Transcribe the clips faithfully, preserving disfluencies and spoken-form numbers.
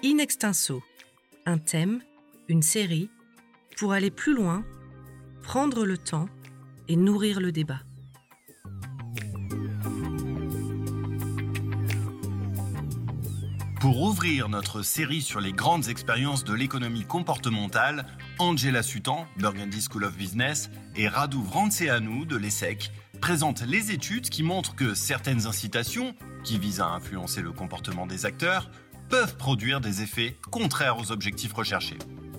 In extenso, un thème, une série, pour aller plus loin, prendre le temps et nourrir le débat. Pour ouvrir notre série sur les grandes expériences de l'économie comportementale, Angela Sutan, Burgundy School of Business, et Radu Vranceanu de l'E S S E C présentent les études qui montrent que certaines incitations, qui visent à influencer le comportement des acteurs, peuvent produire des effets contraires aux objectifs recherchés.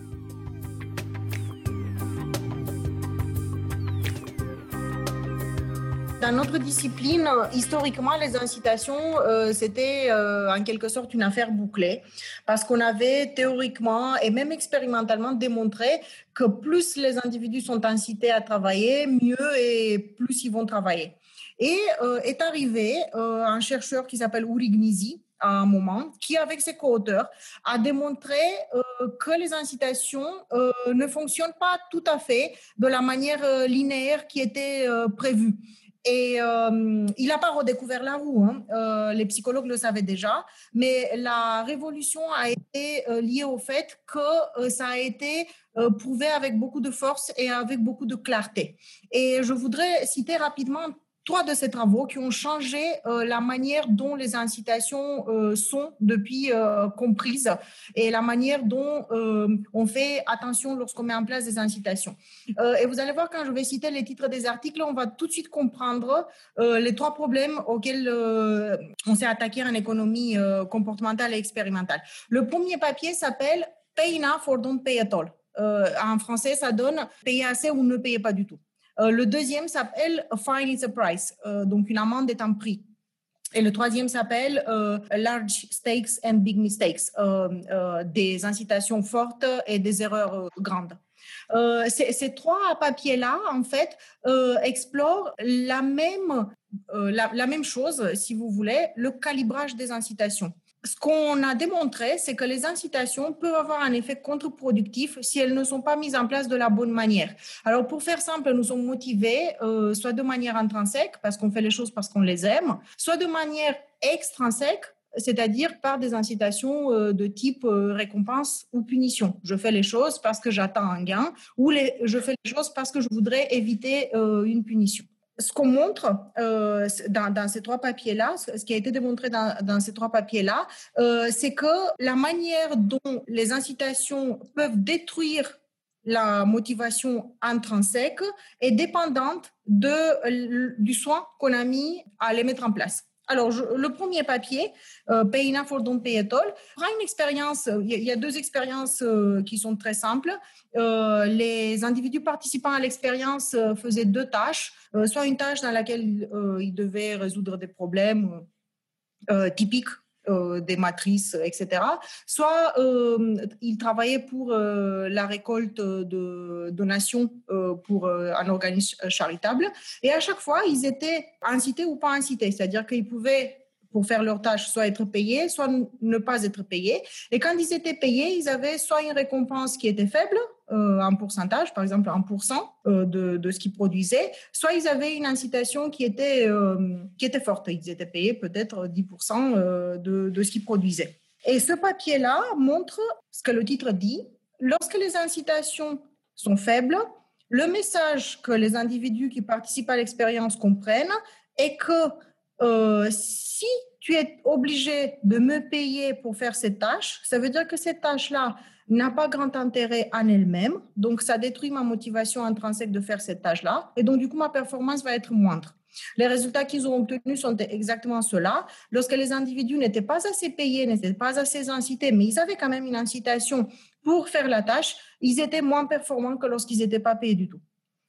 Dans notre discipline, historiquement, les incitations, euh, c'était euh, en quelque sorte une affaire bouclée parce qu'on avait théoriquement et même expérimentalement démontré que plus les individus sont incités à travailler, mieux et plus ils vont travailler. Et euh, est arrivé euh, un chercheur qui s'appelle Uri Gnisi, à un moment, qui, avec ses co-auteurs, a démontré euh, que les incitations euh, ne fonctionnent pas tout à fait de la manière euh, linéaire qui était euh, prévue. Et euh, il n'a pas redécouvert la roue, hein. euh, les psychologues le savaient déjà, mais la révolution a été euh, liée au fait que euh, ça a été euh, prouvé avec beaucoup de force et avec beaucoup de clarté. Et je voudrais citer rapidement trois de ces travaux qui ont changé euh, la manière dont les incitations euh, sont depuis euh, comprises et la manière dont euh, on fait attention lorsqu'on met en place des incitations. Euh, et vous allez voir, quand je vais citer les titres des articles, on va tout de suite comprendre euh, les trois problèmes auxquels euh, on s'est attaqué en économie euh, comportementale et expérimentale. Le premier papier s'appelle « Pay enough or don't pay at all ». Euh, en français, ça donne « payer assez ou ne payer pas du tout ». Euh, le deuxième s'appelle A fine is a price, euh, donc une amende est un prix. Et le troisième s'appelle euh, Large stakes and big mistakes, euh, euh, des incitations fortes et des erreurs euh, grandes. Euh, ces, ces trois papiers-là, en fait, euh, explorent la même, euh, la, la même chose, si vous voulez, le calibrage des incitations. Ce qu'on a démontré, c'est que les incitations peuvent avoir un effet contre-productif si elles ne sont pas mises en place de la bonne manière. Alors, pour faire simple, nous sommes motivés euh, soit de manière intrinsèque, parce qu'on fait les choses parce qu'on les aime, soit de manière extrinsèque, c'est-à-dire par des incitations euh, de type euh, récompense ou punition. Je fais les choses parce que j'attends un gain, ou les, je fais les choses parce que je voudrais éviter euh, une punition. Ce qu'on montre euh, dans, dans ces trois papiers-là, ce qui a été démontré dans, dans ces trois papiers-là, euh, c'est que la manière dont les incitations peuvent détruire la motivation intrinsèque est dépendante de, du soin qu'on a mis à les mettre en place. Alors, je, le premier papier, euh, Pay enough or don't pay at all, prend une expérience, il y, a, il y a deux expériences euh, qui sont très simples. Euh, les individus participant à l'expérience euh, faisaient deux tâches, euh, soit une tâche dans laquelle euh, ils devaient résoudre des problèmes euh, typiques, Euh, des matrices, et cetera. Soit euh, ils travaillaient pour euh, la récolte de donations euh, pour euh, un organisme charitable. Et à chaque fois, ils étaient incités ou pas incités. C'est-à-dire qu'ils pouvaient, pour faire leur tâche, soit être payés, soit ne pas être payés. Et quand ils étaient payés, ils avaient soit une récompense qui était faible, euh, en pourcentage, par exemple un pour cent euh, de, de ce qu'ils produisaient, soit ils avaient une incitation qui était, euh, qui était forte. Ils étaient payés peut-être dix pour cent euh, de, de ce qu'ils produisaient. Et ce papier-là montre ce que le titre dit. Lorsque les incitations sont faibles, le message que les individus qui participent à l'expérience comprennent est que Euh, si tu es obligé de me payer pour faire cette tâche, ça veut dire que cette tâche-là n'a pas grand intérêt en elle-même, donc ça détruit ma motivation intrinsèque de faire cette tâche-là, et donc du coup ma performance va être moindre. Les résultats qu'ils ont obtenus sont exactement ceux-là. Lorsque les individus n'étaient pas assez payés, n'étaient pas assez incités, mais ils avaient quand même une incitation pour faire la tâche, ils étaient moins performants que lorsqu'ils n'étaient pas payés du tout.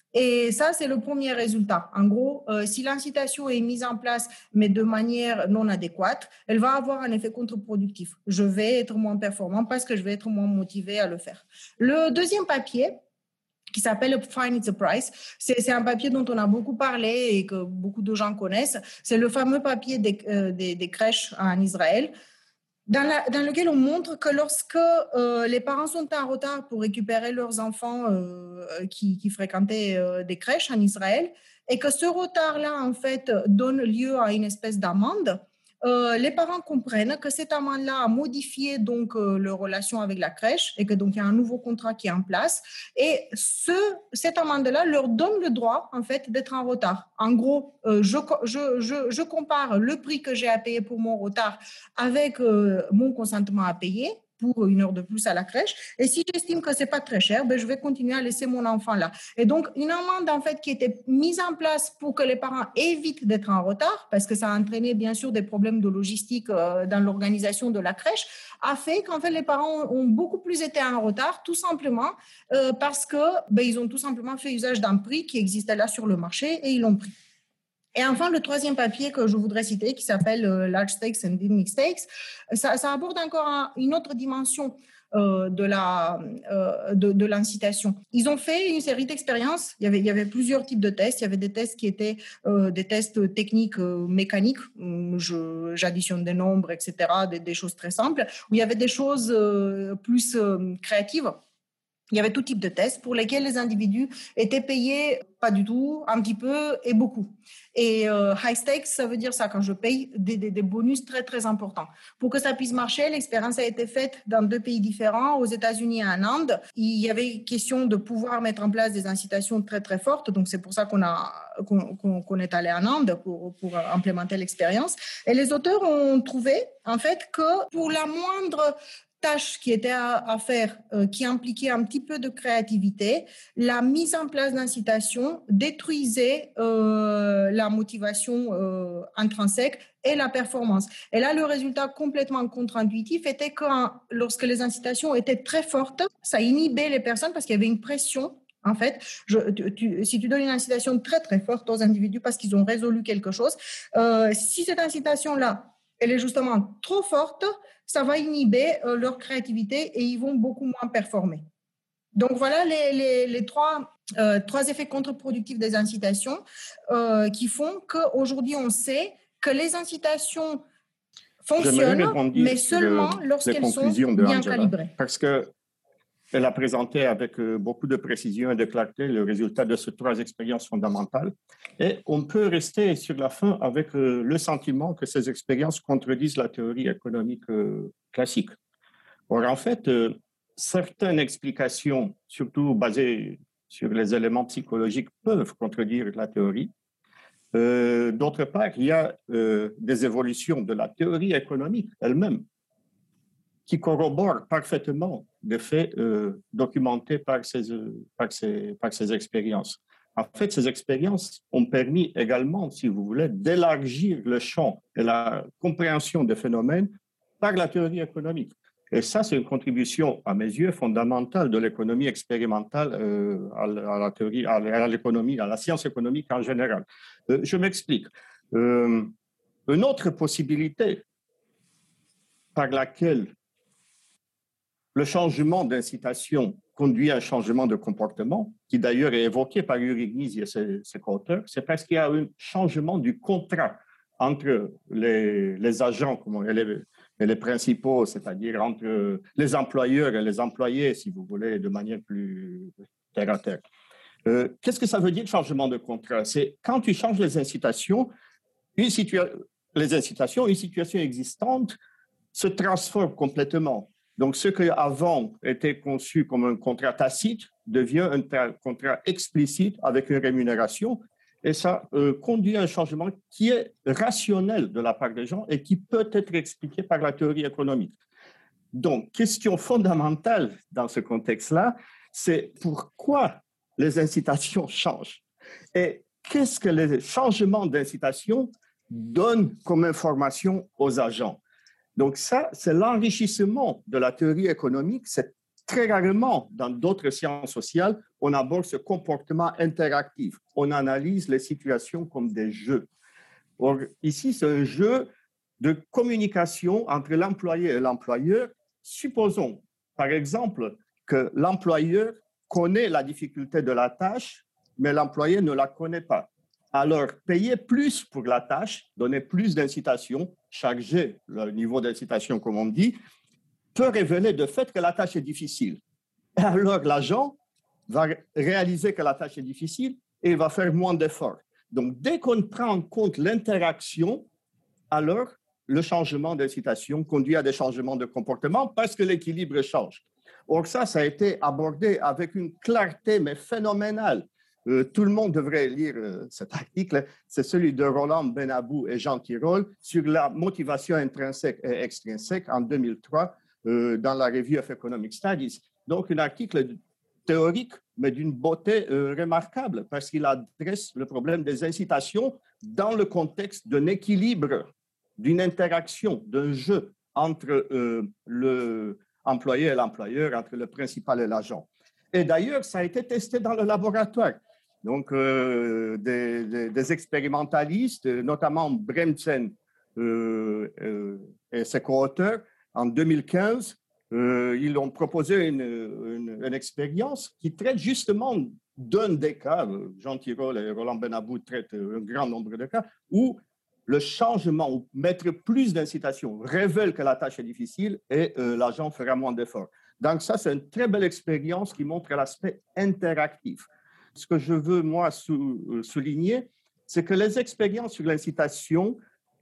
Et ça, c'est le premier résultat. En gros, euh, si l'incitation est mise en place, mais de manière non adéquate, elle va avoir un effet contre-productif. Je vais être moins performant parce que je vais être moins motivé à le faire. Le deuxième papier, qui s'appelle Fine It's a Price. C'est, c'est un papier dont on a beaucoup parlé et que beaucoup de gens connaissent. C'est le fameux papier des, euh, des, des crèches en Israël, dans, la, dans lequel on montre que lorsque euh, les parents sont en retard pour récupérer leurs enfants euh, qui, qui fréquentaient euh, des crèches en Israël, et que ce retard-là, en fait, donne lieu à une espèce d'amende, euh, les parents comprennent que cette amende-là a modifié donc euh, leur relation avec la crèche et que donc il y a un nouveau contrat qui est en place. Et ce, cette amende-là leur donne le droit en fait d'être en retard. En gros, euh, je, je, je, je compare le prix que j'ai à payer pour mon retard avec euh, mon consentement à payer pour une heure de plus à la crèche. Et si j'estime que c'est pas très cher, ben, je vais continuer à laisser mon enfant là. Et donc, une amende, en fait, qui était mise en place pour que les parents évitent d'être en retard, parce que ça a entraîné, bien sûr, des problèmes de logistique euh, dans l'organisation de la crèche, a fait qu'en fait, les parents ont beaucoup plus été en retard, tout simplement euh, parce que, ben, ils ont tout simplement fait usage d'un prix qui existait là sur le marché et ils l'ont pris. Et enfin, le troisième papier que je voudrais citer, qui s'appelle euh, Large Stakes and Big Mistakes, ça, ça aborde encore un, une autre dimension euh, de, la, euh, de, de l'incitation. Ils ont fait une série d'expériences. Il y avait, il y avait plusieurs types de tests. Il y avait des tests qui étaient euh, des tests techniques euh, mécaniques. Je, j'additionne des nombres, et cetera, des, des choses très simples. Où il y avait des choses euh, plus euh, créatives. Il y avait tout type de tests pour lesquels les individus étaient payés pas du tout, un petit peu et beaucoup. Et euh, high stakes, ça veut dire ça, quand je paye des, des, des bonus très, très importants. Pour que ça puisse marcher, l'expérience a été faite dans deux pays différents, aux États-Unis et en Inde. Il y avait question de pouvoir mettre en place des incitations très, très fortes. Donc, c'est pour ça qu'on, a, qu'on, qu'on, qu'on est allé en Inde pour, pour implémenter l'expérience. Et les auteurs ont trouvé, en fait, que pour la moindre tâche qui était à, à faire, euh, qui impliquait un petit peu de créativité, la mise en place d'incitation détruisait euh, la motivation euh, intrinsèque et la performance. Et là, le résultat complètement contre-intuitif était que lorsque les incitations étaient très fortes, ça inhibait les personnes parce qu'il y avait une pression. En fait, je, tu, tu, si tu donnes une incitation très, très forte aux individus parce qu'ils ont résolu quelque chose, euh, si cette incitation-là, elle est justement trop forte, ça va inhiber euh, leur créativité et ils vont beaucoup moins performer. Donc, voilà les, les, les trois, euh, trois effets contre-productifs des incitations euh, qui font qu'aujourd'hui, on sait que les incitations fonctionnent, mais seulement le, lorsqu'elles sont bien Angela, calibrées. Parce que elle a présenté avec beaucoup de précision et de clarté le résultat de ces trois expériences fondamentales. Et on peut rester sur la fin avec le sentiment que ces expériences contredisent la théorie économique classique. Or, en fait, certaines explications, surtout basées sur les éléments psychologiques, peuvent contredire la théorie. Euh, d'autre part, il y a euh, des évolutions de la théorie économique elle-même qui corroborent parfaitement des faits euh, documentés par ces, euh, par, ces, par ces expériences. En fait, ces expériences ont permis également, si vous voulez, d'élargir le champ et la compréhension des phénomènes par la théorie économique. Et ça, c'est une contribution, à mes yeux, fondamentale de l'économie expérimentale euh, à, à la théorie, à l'économie, à la science économique en général. Euh, je m'explique. Euh, une autre possibilité par laquelle le changement d'incitation conduit à un changement de comportement, qui d'ailleurs est évoqué par Urigniz et ses, ses co-auteurs, c'est parce qu'il y a un changement du contrat entre les, les agents et les, et les principaux, c'est-à-dire entre les employeurs et les employés, si vous voulez, de manière plus terre à terre. Euh, qu'est-ce que ça veut dire, changement de contrat? C'est quand tu changes les incitations, une situa- les incitations, une situation existante se transforme complètement. Donc, ce qui avant était conçu comme un contrat tacite devient un tra- contrat explicite avec une rémunération. Et ça euh, conduit à un changement qui est rationnel de la part des gens et qui peut être expliqué par la théorie économique. Donc, question fondamentale dans ce contexte-là, c'est pourquoi les incitations changent et qu'est-ce que les changements d'incitation donnent comme information aux agents. Donc ça, c'est l'enrichissement de la théorie économique. C'est très rarement dans d'autres sciences sociales, on aborde ce comportement interactif. On analyse les situations comme des jeux. Or, ici, c'est un jeu de communication entre l'employé et l'employeur. Supposons, par exemple, que l'employeur connaît la difficulté de la tâche, mais l'employé ne la connaît pas. Alors, payer plus pour la tâche, donner plus d'incitation, charger le niveau d'incitation, comme on dit, peut révéler de fait que la tâche est difficile. Et alors, l'agent va réaliser que la tâche est difficile et il va faire moins d'efforts. Donc, dès qu'on prend en compte l'interaction, alors le changement d'incitation conduit à des changements de comportement parce que l'équilibre change. Or, ça, ça a été abordé avec une clarté, mais phénoménale. Euh, tout le monde devrait lire euh, cet article. C'est celui de Roland Benabou et Jean Tirole sur la motivation intrinsèque et extrinsèque en deux mille trois euh, dans la Review of Economic Studies. Donc, un article théorique, mais d'une beauté euh, remarquable parce qu'il adresse le problème des incitations dans le contexte d'un équilibre, d'une interaction, d'un jeu entre euh, l'employé et l'employeur, entre le principal et l'agent. Et d'ailleurs, ça a été testé dans le laboratoire. Donc, euh, des, des, des expérimentalistes, notamment Bremsen euh, euh, et ses co-auteurs, en deux mille quinze, euh, ils ont proposé une, une, une expérience qui traite justement d'un des cas, Jean Tirole et Roland Benabou traitent un grand nombre de cas, où le changement, ou mettre plus d'incitation, révèle que la tâche est difficile et euh, l'agent fera moins d'efforts. Donc ça, c'est une très belle expérience qui montre l'aspect interactif. Ce que je veux, moi, sou, euh, souligner, c'est que les expériences sur l'incitation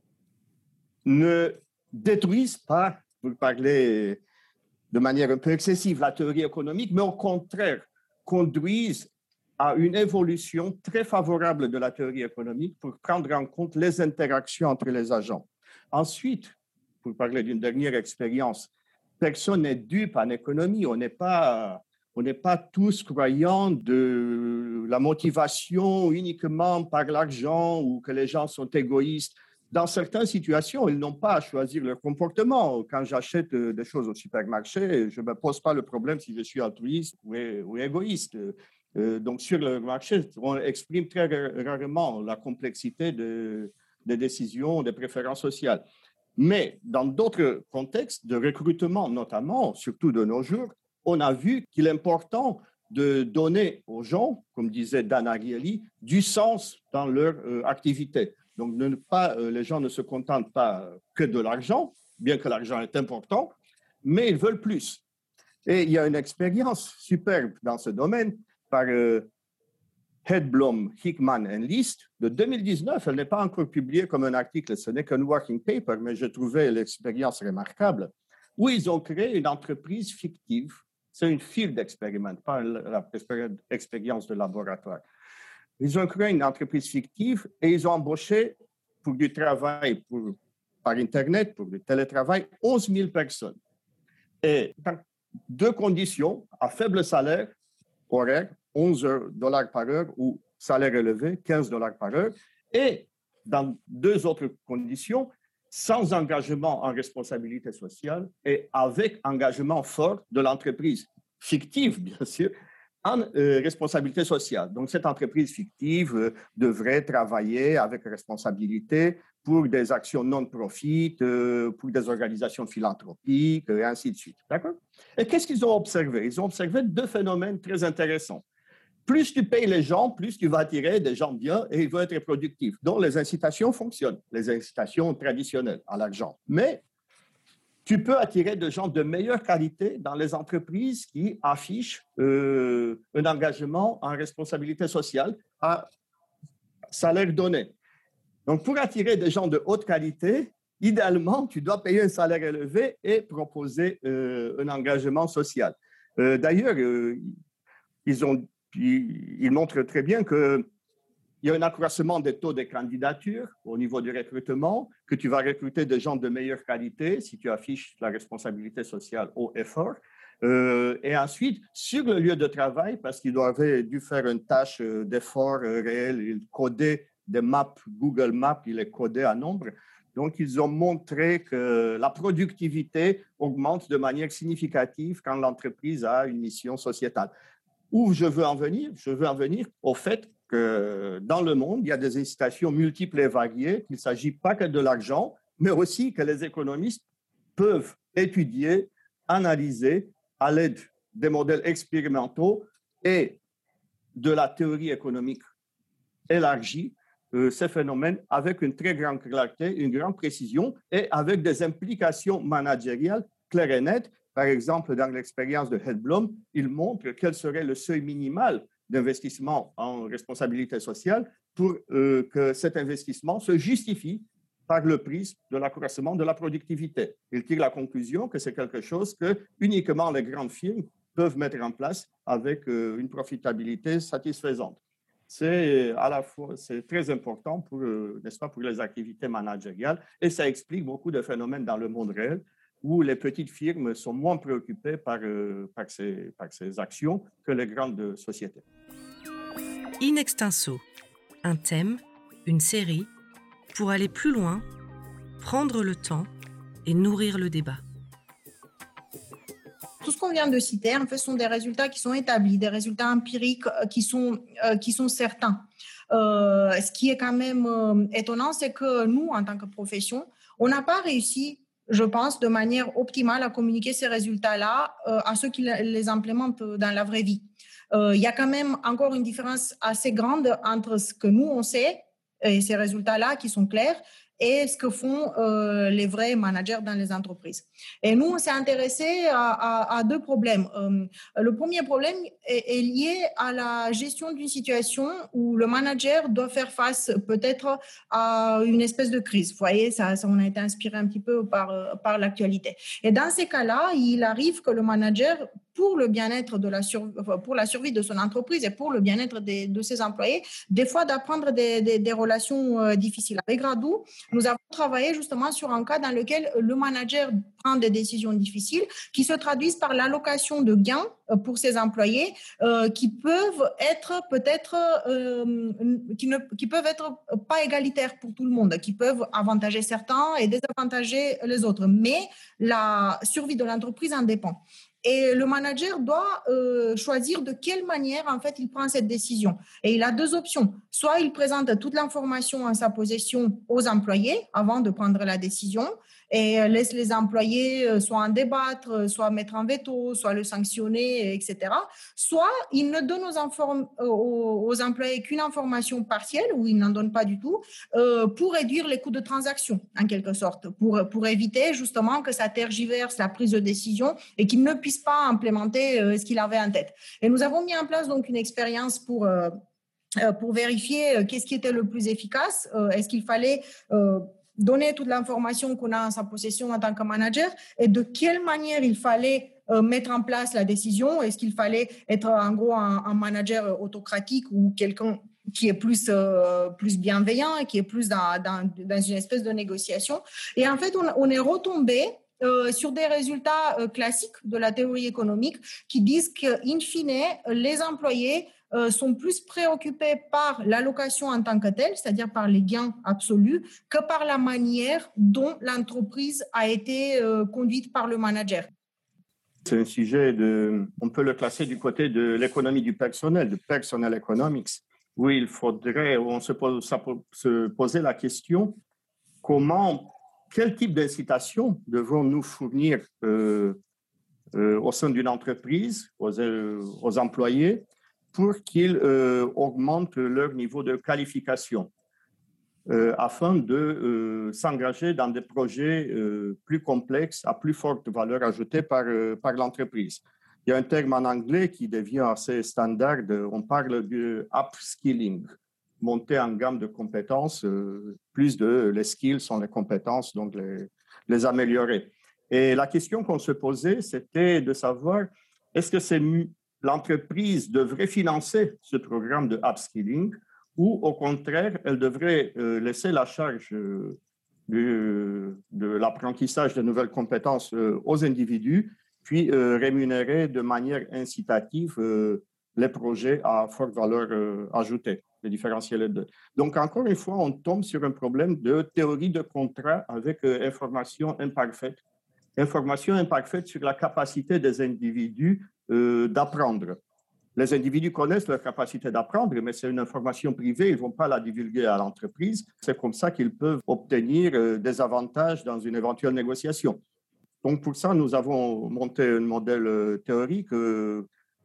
ne détruisent pas, pour parler de manière un peu excessive, la théorie économique, mais au contraire, conduisent à une évolution très favorable de la théorie économique pour prendre en compte les interactions entre les agents. Ensuite, pour parler d'une dernière expérience, personne n'est dupe en économie. On n'est pas, on n'est pas tous croyants de la motivation uniquement par l'argent ou que les gens sont égoïstes. Dans certaines situations, ils n'ont pas à choisir leur comportement. Quand j'achète des choses au supermarché, je ne me pose pas le problème si je suis altruiste ou, ou égoïste. Euh, donc, sur le marché, on exprime très rarement la complexité de, des décisions, des préférences sociales. Mais dans d'autres contextes de recrutement, notamment, surtout de nos jours, on a vu qu'il est important de donner aux gens, comme disait Dan Ariely, du sens dans leur euh, activité. Donc, ne pas, euh, les gens ne se contentent pas que de l'argent, bien que l'argent est important, mais ils veulent plus. Et il y a une expérience superbe dans ce domaine par euh, Hedblom, Hickman et List de deux mille dix-neuf. Elle n'est pas encore publiée comme un article, ce n'est qu'un working paper, mais je trouvais l'expérience remarquable, où ils ont créé une entreprise fictive. C'est une field experiment, pas l'expérience de laboratoire. Ils ont créé une entreprise fictive et ils ont embauché pour du travail pour, par Internet, pour du télétravail, onze mille personnes. Et dans deux conditions, à faible salaire, horaire, onze dollars par heure ou salaire élevé, quinze dollars par heure, et dans deux autres conditions, sans engagement en responsabilité sociale et avec engagement fort de l'entreprise, fictive bien sûr, en euh, responsabilité sociale. Donc cette entreprise fictive euh, devrait travailler avec responsabilité pour des actions non-profit, euh, pour des organisations philanthropiques, et ainsi de suite. D'accord? Et qu'est-ce qu'ils ont observé? Ils ont observé deux phénomènes très intéressants. Plus tu payes les gens, plus tu vas attirer des gens bien et ils vont être productifs. Donc, les incitations fonctionnent, les incitations traditionnelles à l'argent. Mais tu peux attirer des gens de meilleure qualité dans les entreprises qui affichent euh, un engagement en responsabilité sociale à salaire donné. Donc, pour attirer des gens de haute qualité, idéalement, tu dois payer un salaire élevé et proposer euh, un engagement social. Euh, d'ailleurs, euh, ils ont il montre très bien qu'il y a un accroissement des taux de candidature au niveau du recrutement, que tu vas recruter des gens de meilleure qualité si tu affiches la responsabilité sociale haut et fort. Euh, et ensuite, sur le lieu de travail, parce qu'ils avaient dû faire une tâche d'effort réel, ils codaient des maps, Google Maps, ils les codaient à nombre. Donc, ils ont montré que la productivité augmente de manière significative quand l'entreprise a une mission sociétale. Où je veux en venir? Je veux en venir au fait que dans le monde, il y a des incitations multiples et variées, qu'il ne s'agit pas que de l'argent, mais aussi que les économistes peuvent étudier, analyser à l'aide des modèles expérimentaux et de la théorie économique élargie euh, ces phénomènes avec une très grande clarté, une grande précision et avec des implications managériales claires et nettes. Par exemple, dans l'expérience de Hedblom, il montre quel serait le seuil minimal d'investissement en responsabilité sociale pour euh, que cet investissement se justifie par le prisme de l'accroissement de la productivité. Il tire la conclusion que c'est quelque chose que uniquement les grandes firmes peuvent mettre en place avec une profitabilité satisfaisante. C'est à la fois c'est très important pour, n'est-ce pas, pour les activités managériales et ça explique beaucoup de phénomènes dans le monde réel où les petites firmes sont moins préoccupées par, par, ces, par ces actions que les grandes sociétés. In extenso, un thème, une série, pour aller plus loin, prendre le temps et nourrir le débat. Tout ce qu'on vient de citer, en fait, sont des résultats qui sont établis, des résultats empiriques qui sont, euh, qui sont certains. Euh, ce qui est quand même euh, étonnant, c'est que nous, en tant que profession, on n'a pas réussi, je pense, de manière optimale à communiquer ces résultats-là euh, à ceux qui les implémentent dans la vraie vie. Euh, il y a quand même encore une différence assez grande entre ce que nous, on sait, et ces résultats-là qui sont clairs, et ce que font euh, les vrais managers dans les entreprises. Et nous, on s'est intéressé à, à, à deux problèmes. Euh, le premier problème est, est lié à la gestion d'une situation où le manager doit faire face peut-être à une espèce de crise. Vous voyez, ça, ça on a été inspiré un petit peu par, par l'actualité. Et dans ces cas-là, il arrive que le manager, pour le bien-être de la sur, pour la survie de son entreprise et pour le bien-être des, de ses employés, des fois d'apprendre des, des, des relations euh, difficiles. Avec Radou, nous avons travaillé justement sur un cas dans lequel le manager prend des décisions difficiles qui se traduisent par l'allocation de gains pour ses employés euh, qui peuvent être peut-être euh, qui ne qui peuvent être pas égalitaires pour tout le monde, qui peuvent avantager certains et désavantager les autres. Mais la survie de l'entreprise en dépend. Et le manager doit euh, choisir de quelle manière, en fait, il prend cette décision. Et il a deux options. Soit il présente toute l'information en sa possession aux employés avant de prendre la décision et laisse les employés soit en débattre, soit mettre un veto, soit le sanctionner, et cetera. Soit il ne donne aux, inform- aux, aux employés qu'une information partielle ou il n'en donne pas du tout euh, pour réduire les coûts de transaction, en quelque sorte, pour, pour éviter justement que ça tergiverse la prise de décision et qu'ils ne puissent pas implémenter euh, ce qu'il avait en tête. Et nous avons mis en place donc une expérience pour... Euh, pour vérifier qu'est-ce qui était le plus efficace. Euh, est-ce qu'il fallait euh, donner toute l'information qu'on a en sa possession en tant que manager et de quelle manière il fallait euh, mettre en place la décision. Est-ce qu'il fallait être en gros un, un manager autocratique ou quelqu'un qui est plus, euh, plus bienveillant et qui est plus dans, dans, dans une espèce de négociation. Et en fait, on, on est retombé Euh, sur des résultats euh, classiques de la théorie économique qui disent qu'in fine, les employés euh, sont plus préoccupés par l'allocation en tant que telle, c'est-à-dire par les gains absolus, que par la manière dont l'entreprise a été euh, conduite par le manager. C'est un sujet, de, on peut le classer du côté de l'économie du personnel, de personal economics, où il faudrait, où on se, pose, se poser la question comment quel type d'incitation devons-nous fournir euh, euh, au sein d'une entreprise, aux, euh, aux employés, pour qu'ils euh, augmentent leur niveau de qualification euh, afin de euh, s'engager dans des projets euh, plus complexes, à plus forte valeur ajoutée par, euh, par l'entreprise. Il y a un terme en anglais qui devient assez standard, on parle du upskilling. Monter en gamme de compétences, euh, plus de les skills sont les compétences, donc les, les améliorer. Et la question qu'on se posait, c'était de savoir est-ce que c'est, l'entreprise devrait financer ce programme de upskilling ou au contraire, elle devrait euh, laisser la charge euh, du, de l'apprentissage de nouvelles compétences euh, aux individus, puis euh, rémunérer de manière incitative euh, les projets à forte valeur euh, ajoutée. Différencier les deux. Donc, encore une fois, on tombe sur un problème de théorie de contrat avec euh, information imparfaite. Information imparfaite sur la capacité des individus euh, d'apprendre. Les individus connaissent leur capacité d'apprendre, mais c'est une information privée, ils ne vont pas la divulguer à l'entreprise. C'est comme ça qu'ils peuvent obtenir euh, des avantages dans une éventuelle négociation. Donc, pour ça, nous avons monté un modèle euh, théorique euh,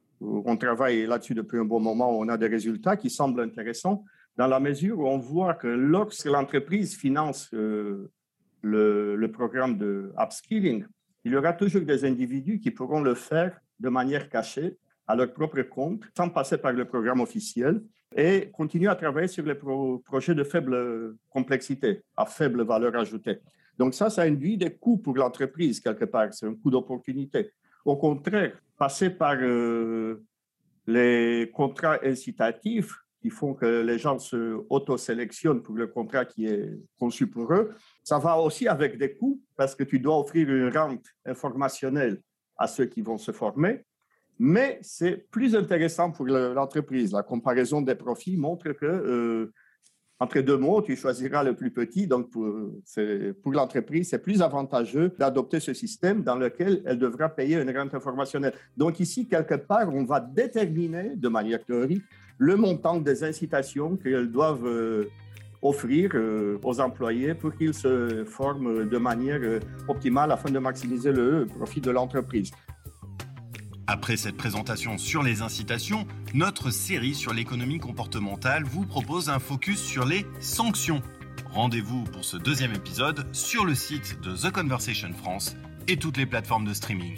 on travaille là-dessus depuis un bon moment, on a des résultats qui semblent intéressants dans la mesure où on voit que lorsque l'entreprise finance euh, le, le programme de upskilling, il y aura toujours des individus qui pourront le faire de manière cachée, à leur propre compte, sans passer par le programme officiel, et continuer à travailler sur les pro- projets de faible complexité, à faible valeur ajoutée. Donc ça, ça induit des coûts pour l'entreprise quelque part, c'est un coût d'opportunité. Au contraire, passer par euh, les contrats incitatifs qui font que les gens se auto-sélectionnent pour le contrat qui est conçu pour eux, ça va aussi avec des coûts parce que tu dois offrir une rente informationnelle à ceux qui vont se former, mais c'est plus intéressant pour l'entreprise. La comparaison des profits montre que euh, entre deux mots, tu choisiras le plus petit. Donc, pour, c'est, pour l'entreprise, c'est plus avantageux d'adopter ce système dans lequel elle devra payer une rente informationnelle. Donc, ici, quelque part, on va déterminer de manière théorique le montant des incitations qu'elles doivent euh, offrir euh, aux employés pour qu'ils se forment de manière euh, optimale afin de maximiser le profit de l'entreprise. Après cette présentation sur les incitations, notre série sur l'économie comportementale vous propose un focus sur les sanctions. Rendez-vous pour ce deuxième épisode sur le site de The Conversation France et toutes les plateformes de streaming.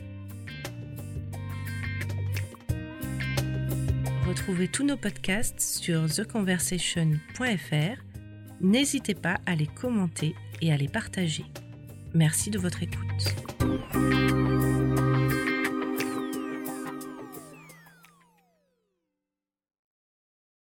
Retrouvez tous nos podcasts sur the conversation point f r. N'hésitez pas à les commenter et à les partager. Merci de votre écoute.